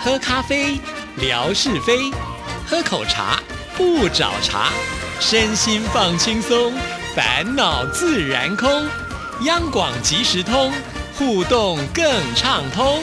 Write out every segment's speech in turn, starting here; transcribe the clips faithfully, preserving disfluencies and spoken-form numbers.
喝咖啡，聊是非；喝口茶，不找茬。身心放轻松，烦恼自然空。央广即时通，互动更畅通。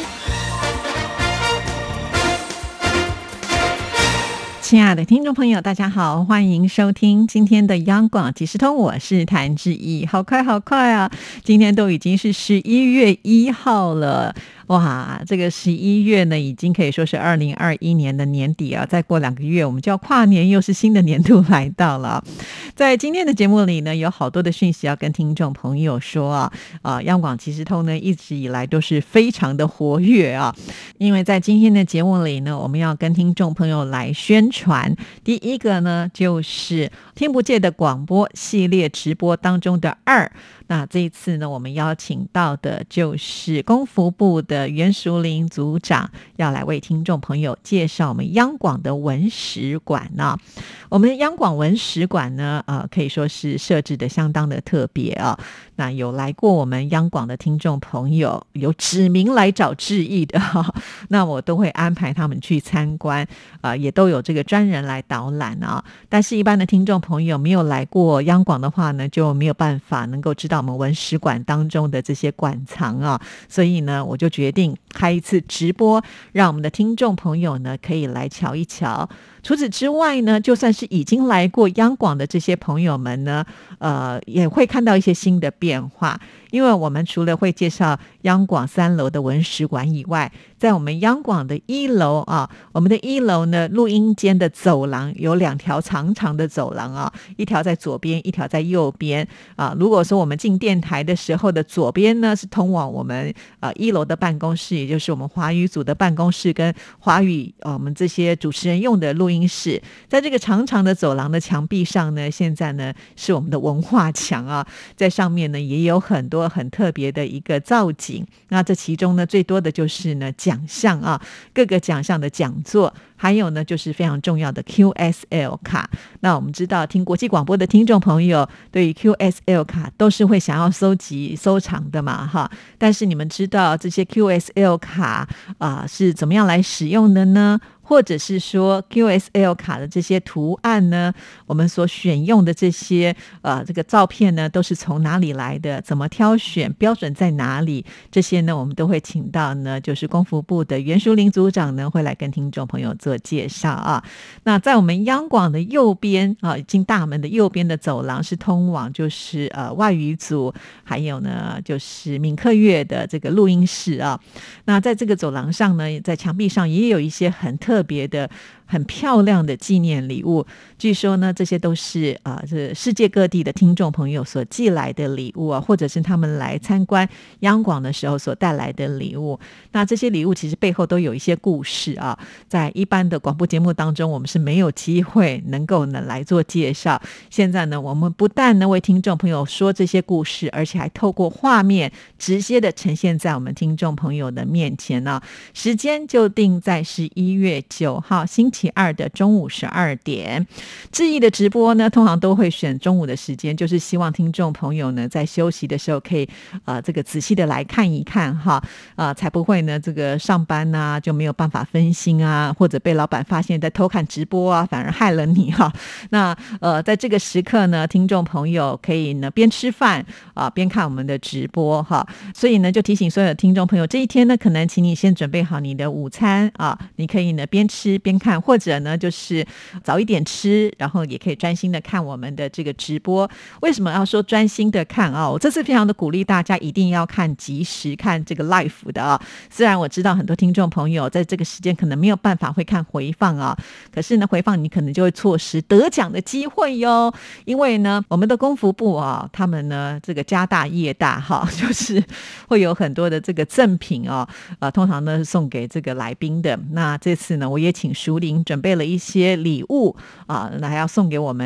亲爱的听众朋友，大家好，欢迎收听今天的央广即时通，我是谭志毅。好快好快啊，今天都已经是十一月一号了。哇，这个十一月呢，已经可以说是二零二一年的年底啊，再过两个月我们就要跨年，又是新的年度来到了。在今天的节目里呢，有好多的讯息要跟听众朋友说啊，啊，央广即时通呢一直以来都是非常的活跃啊，因为在今天的节目里呢，我们要跟听众朋友来宣传，第一个呢就是听不见的广播系列直播当中的二。那这一次呢，我们邀请到的就是公福部的袁淑玲组长，要来为听众朋友介绍我们央广的文史馆呢。我们的央广文史馆呢，呃，可以说是设置的相当的特别啊。那有来过我们央广的听众朋友，有指名来找志毅的，那我都会安排他们去参观，呃，也都有这个专人来导览啊。但是，一般的听众朋友没有来过央广的话呢，就没有办法能够知道我们文史馆当中的这些馆藏啊。所以呢，我就决定开一次直播，让我们的听众朋友呢可以来瞧一瞧。除此之外呢，就算是已经来过央广的这些朋友们呢，呃，也会看到一些新的变化。因为我们除了会介绍央广三楼的文史馆以外，在我们央广的一楼啊，我们的一楼呢，录音间的走廊有两条长长的走廊啊，一条在左边，一条在右边啊。如果说我们进电台的时候的左边呢，是通往我们呃一楼的办公室，也就是我们华语组的办公室跟华语、呃、我们这些主持人用的录音室。在这个长长的走廊的墙壁上呢，现在呢是我们的文化墙啊，在上面呢也有很多很特别的一个造景。那这其中呢，最多的就是呢奖项啊，各个奖项的讲座，还有呢就是非常重要的 Q S L 卡。那我们知道听国际广播的听众朋友对于 Q S L 卡都是会想要收集收藏的嘛哈，但是你们知道这些 Q S L 卡啊、呃、是怎么样来使用的呢？或者是说 Q S L 卡的这些图案呢，我们所选用的这些呃这个照片呢，都是从哪里来的？怎么挑选？标准在哪里？这些呢，我们都会请到呢，就是公福部的袁淑玲组长呢，会来跟听众朋友做介绍啊。那在我们央广的右边啊，进大门的右边的走廊是通往就是呃外语组，还有呢就是闽客乐的这个录音室啊。那在这个走廊上呢，在墙壁上也有一些很特别的很漂亮的纪念礼物，据说呢这些都是啊、呃，这世界各地的听众朋友所寄来的礼物啊，或者是他们来参观央广的时候所带来的礼物。那这些礼物其实背后都有一些故事啊，在一般的广播节目当中我们是没有机会能够呢来做介绍。现在呢，我们不但呢为听众朋友说这些故事，而且还透过画面直接的呈现在我们听众朋友的面前呢、啊。时间就定在十一月九号星期二的中午十二点。志毅的直播呢，通常都会选中午的时间，就是希望听众朋友呢在休息的时候可以呃这个仔细的来看一看哈，呃才不会呢这个上班啊就没有办法分心啊，或者被老板发现在偷看直播啊，反而害了你哈。那呃在这个时刻呢，听众朋友可以呢边吃饭啊、呃、边看我们的直播哈。所以呢就提醒所有的听众朋友，这一天呢可能请你先准备好你的午餐啊，你可以呢边吃边看，或者呢就是早一点吃，然后也可以专心的看我们的这个直播。为什么要说专心的看啊？我这次非常的鼓励大家一定要看即时看这个 live 的啊。虽然我知道很多听众朋友在这个时间可能没有办法会看回放啊，可是呢回放你可能就会错失得奖的机会哟。因为呢我们的公福部啊，他们呢这个家大业大哈，就是会有很多的这个赠品哦，呃，通常呢是送给这个来宾的。那这次呢，我也请淑玲准备了一些礼物啊，那还要送给我们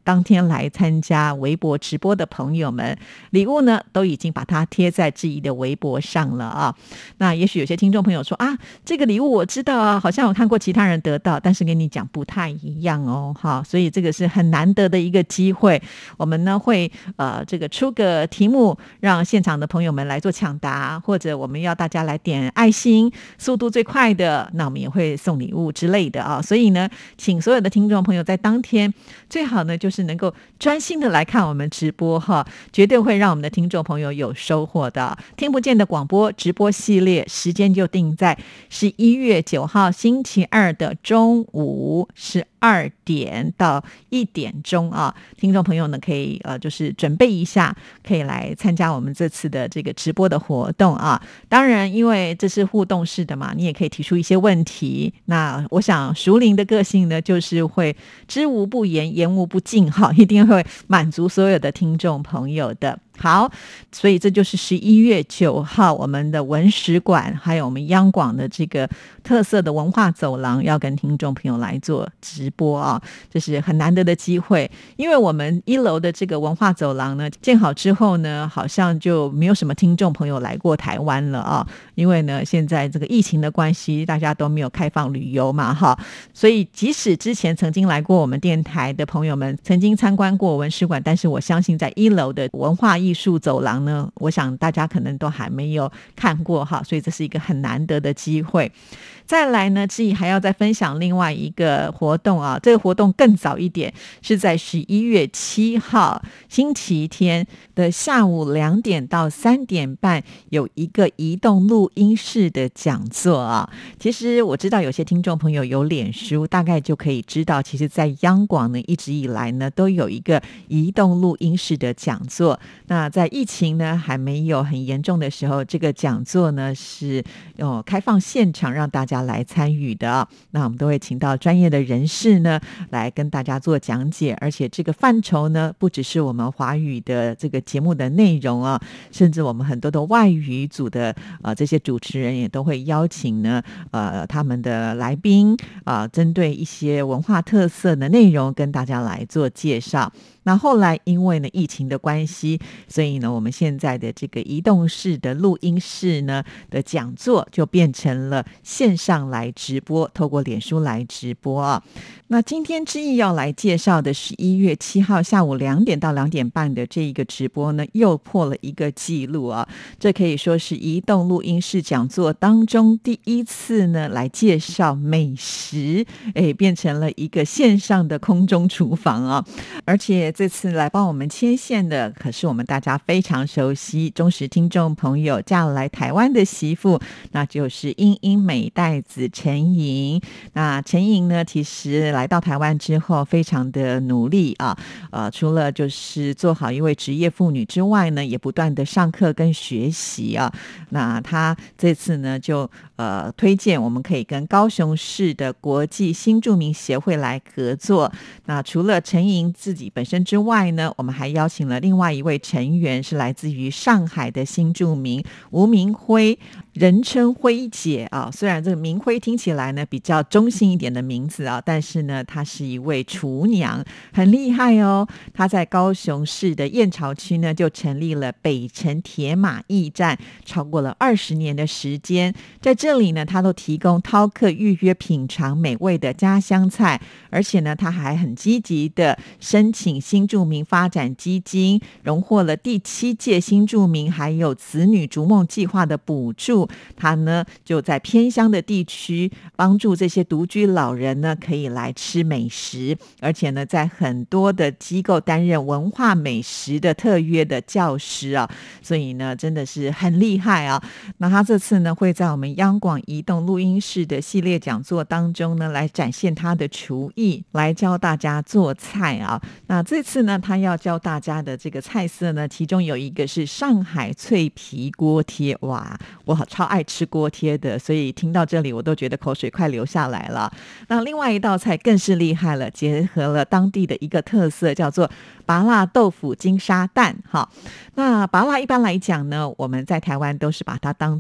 当天来参加微博直播的朋友们，礼物呢都已经把它贴在志毅的微博上了啊。那也许有些听众朋友说啊，这个礼物我知道啊，好像我看过其他人得到，但是跟你讲不太一样哦，哈，所以这个是很难得的一个机会。我们呢会呃这个出个题目，让现场的朋友们来做抢答，或者我们要大家来点爱心，速度最快的，那我们也会送礼物之类的啊。所以呢，请所有的听众朋友在当天最好呢就是能够专心的来看我们直播哈，绝对会让我们的听众朋友有收获的。听不见的广播直播系列时间就定在十一月九号星期二的中午十二点到一点钟啊，听众朋友呢可以呃就是准备一下，可以来参加我们这次的这个直播的活动啊。当然，因为这是互动式的嘛，你也可以提出一些问题。那我想熟龄的个性呢，就是会知无不言，言无不尽，哈，一定会满足所有的听众朋友的。好，所以这就是十一月九号我们的文史馆还有我们央广的这个特色的文化走廊要跟听众朋友来做直播啊，这是很难得的机会。因为我们一楼的这个文化走廊呢建好之后呢，好像就没有什么听众朋友来过台湾了啊，因为呢现在这个疫情的关系，大家都没有开放旅游嘛哈，所以即使之前曾经来过我们电台的朋友们曾经参观过文史馆，但是我相信在一楼的文化艺术走廊呢，我想大家可能都还没有看过哈，所以这是一个很难得的机会。再来呢，志毅还要再分享另外一个活动啊，这个活动更早一点，是在十一月七号星期天的下午两点到三点半，有一个移动录音室的讲座啊。其实我知道有些听众朋友有脸书，大概就可以知道，其实在央广呢一直以来呢都有一个移动录音室的讲座。那在疫情呢还没有很严重的时候，这个讲座呢是哦开放现场让大家来参与的。那我们都会请到专业的人士呢来跟大家做讲解，而且这个范畴呢不只是我们华语的这个节目的内容啊，甚至我们很多的外语组的呃这些主持人也都会邀请呢呃他们的来宾啊、呃，针对一些文化特色的内容跟大家来做介绍。那后来因为呢疫情的关系，所以呢我们现在的这个移动式的录音室呢的讲座就变成了线上来直播，透过脸书来直播啊。那今天志毅要来介绍的十一月七号下午两点到两点半的这一个直播呢，又破了一个记录啊！这可以说是移动录音室讲座当中第一次呢来介绍美食，哎，变成了一个线上的空中厨房啊！而且这次来帮我们牵线的，可是我们大家非常熟悉、忠实听众朋友嫁来台湾的媳妇，那就是英英美代子陈莹。那陈莹呢，其实来到台湾之后，非常的努力啊，呃，除了就是做好一位职业妇女之外呢，也不断的上课跟学习啊。那她这次呢，就呃推荐我们可以跟高雄市的国际新住民协会来合作。那除了陈莹自己本身之外呢，我们还邀请了另外一位成员，是来自于上海的新住民吴明辉，人称辉姐啊。虽然这个明辉听起来呢比较中性一点的名字啊，但是呢她是一位厨娘，很厉害哦。她在高雄市的燕巢区呢就成立了北辰铁马驿站，超过了二十年的时间。在这里呢，她都提供饕客预约品尝美味的家乡菜，而且呢她还很积极的申请新住民发展基金，荣获了第七届新住民还有子女逐梦计划的补助。他呢就在偏乡的地区帮助这些独居老人呢可以来吃美食，而且呢在很多的机构担任文化美食的特约的教师啊，所以呢真的是很厉害啊。那他这次呢会在我们央广移动录音室的系列讲座当中呢来展现他的厨艺，来教大家做菜啊。那这次呢他要教大家的这个菜色呢，其中有一个是上海脆皮锅贴。哇，我好超爱吃锅贴的，所以听到这里我都觉得口水快流下来了。那另外一道菜更是厉害了，结合了当地的一个特色，叫做拔辣豆腐金沙蛋。好，那拔辣一般来讲呢，我们在台湾都是把它当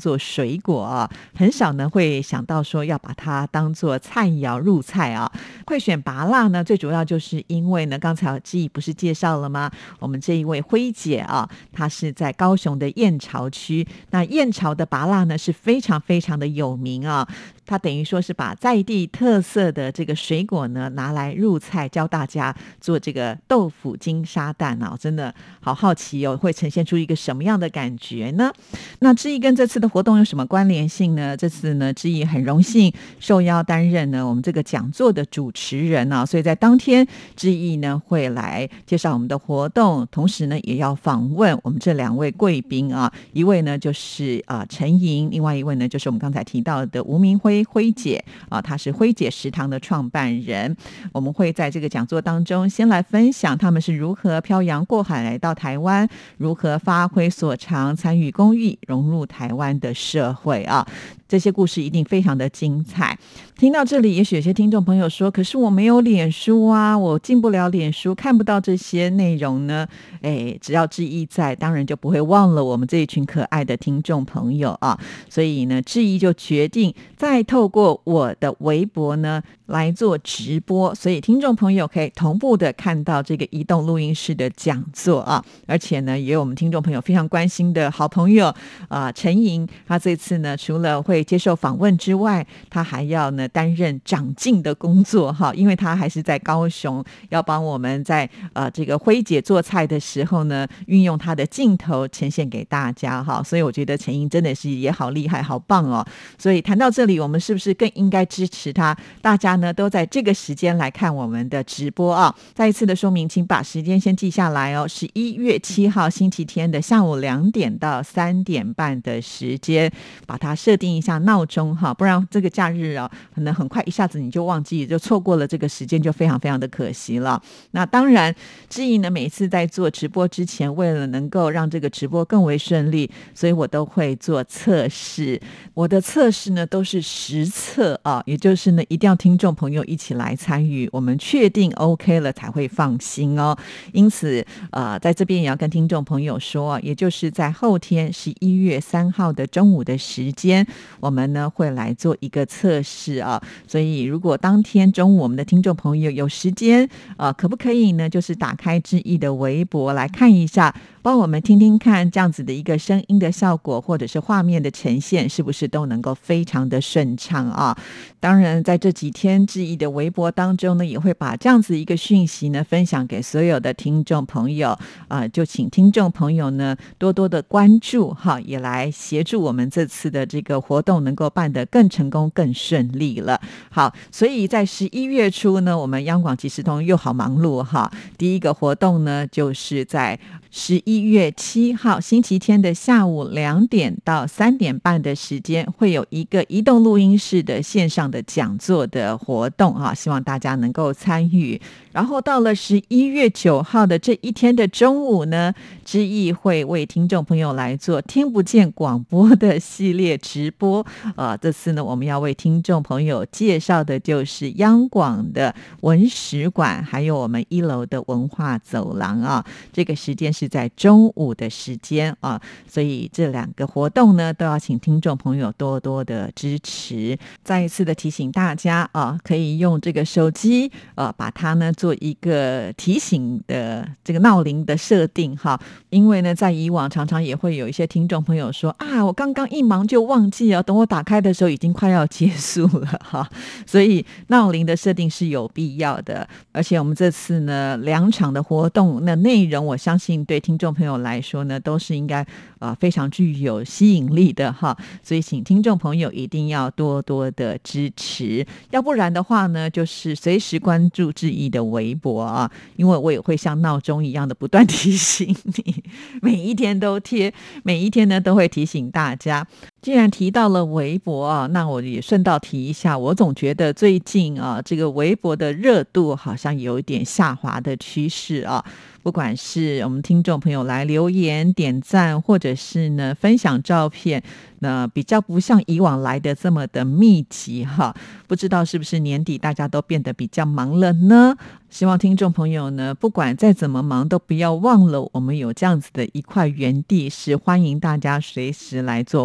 做水果啊，很少呢会想到说要把它当做菜肴入菜啊。会选芭乐呢，最主要就是因为呢，刚才志毅不是介绍了吗？我们这一位辉姐啊，她是在高雄的燕巢区，那燕巢的芭乐呢是非常非常的有名啊。它等于说是把在地特色的这个水果呢拿来入菜，教大家做这个豆腐金沙蛋啊，真的好好奇哦，会呈现出一个什么样的感觉呢？那志毅跟这次的活动有什么关联性呢？这次呢，志毅很荣幸受邀担任呢我们这个讲座的主持人啊，所以在当天志毅呢会来介绍我们的活动，同时呢也要访问我们这两位贵宾啊，一位呢就是啊陈莹，另外一位呢就是我们刚才提到的吴明辉辉姐啊，她是辉姐食堂的创办人。我们会在这个讲座当中先来分享他们是如何漂洋过海来到台湾，如何发挥所长参与公益融入台湾的社会啊，这些故事一定非常的精彩。听到这里，也许有些听众朋友说，可是我没有脸书啊，我进不了脸书，看不到这些内容呢。哎，只要志毅在，当然就不会忘了我们这一群可爱的听众朋友啊。所以呢，志毅就决定再透过我的微博呢来做直播，所以听众朋友可以同步的看到这个移动录音室的讲座啊。而且呢，也有我们听众朋友非常关心的好朋友啊，陈莹，他这次呢除了会接受访问之外，他还要呢担任长镜的工作哈，因为他还是在高雄，要帮我们在呃这个辉姐做菜的时候呢，运用他的镜头呈现给大家哈。所以我觉得陈莹真的是也好厉害，好棒哦。所以谈到这里，我们是不是更应该支持他？大家呢都在这个时间来看我们的直播啊。再一次的说明，请把时间先记下来哦，十一月七号星期天的下午两点到三点半的时间，把它设定一下闹钟哈，不然这个假日啊，可能很快一下子你就忘记，就错过了这个时间，就非常非常的可惜了。那当然，志毅呢每次在做直播之前，为了能够让这个直播更为顺利，所以我都会做测试。我的测试呢都是实测啊，也就是呢一定要听众朋友一起来参与，我们确定 OK 了才会放心哦。因此呃，在这边也要跟听众朋友说，也就是在后天十一月三号的中午的时间，我们呢会来做一个测试啊。所以如果当天中午我们的听众朋友有时间呃，可不可以呢就是打开志毅的微博来看一下，帮我们听听看这样子的一个声音的效果或者是画面的呈现是不是都能够非常的顺畅啊。当然在这几天志毅的微博当中呢，也会把这样子一个讯息呢分享给所有的听众朋友啊、呃，就请听众朋友呢多多的关注哈，也来协助我们这次的这个活动能够办得更成功更顺利了。好，所以在十一月初呢，我们央广即时通又好忙碌哈。第一个活动呢就是在十一月七号星期天的下午两点到三点半的时间，会有一个移动录音室的线上的讲座的活动啊，希望大家能够参与。然后到了十一月九号的这一天的中午呢，志毅会为听众朋友来做听不见广播的系列直播。呃，这次呢，我们要为听众朋友介绍的就是央广的文史馆，还有我们一楼的文化走廊啊。这个时间是在中午的时间啊，所以这两个活动呢，都要请听众朋友多多的支持。再一次的提醒大家啊，可以用这个手机呃，把它呢做一个提醒的这个闹铃的设定哈。因为呢，在以往常常也会有一些听众朋友说啊，我刚刚一忙就忘记了，等我打开的时候已经快要结束了哈。所以闹铃的设定是有必要的。而且我们这次呢两场的活动那内容，我相信对听众朋友来说呢，都是应该呃非常具有吸引力的哈。所以请听众朋友一定要多多的支持，要不然的话呢，就是随时关注志毅的微博啊，因为我也会像闹钟一样的不断提醒你，每一天都贴，每一天呢都会提醒大家。既然提到了微博啊，那我也顺道提一下，我总觉得最近啊，这个微博的热度好像有一点下滑的趋势啊。不管是我们听众朋友来留言点赞，或者是呢分享照片，那比较不像以往来的这么的密集哈。不知道是不是年底大家都变得比较忙了呢？希望听众朋友呢，不管再怎么忙，都不要忘了我们有这样子的一块园地，是欢迎大家随时来做互动。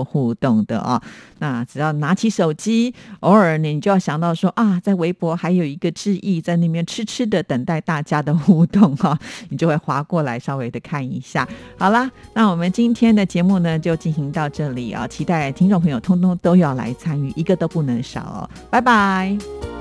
动的啊。那只要拿起手机，偶尔你就要想到说啊，在微博还有一个志毅在那边痴痴的等待大家的互动哈，你就会滑过来稍微的看一下。好啦，那我们今天的节目呢就进行到这里啊，期待听众朋友通通都要来参与，一个都不能少哦。拜拜。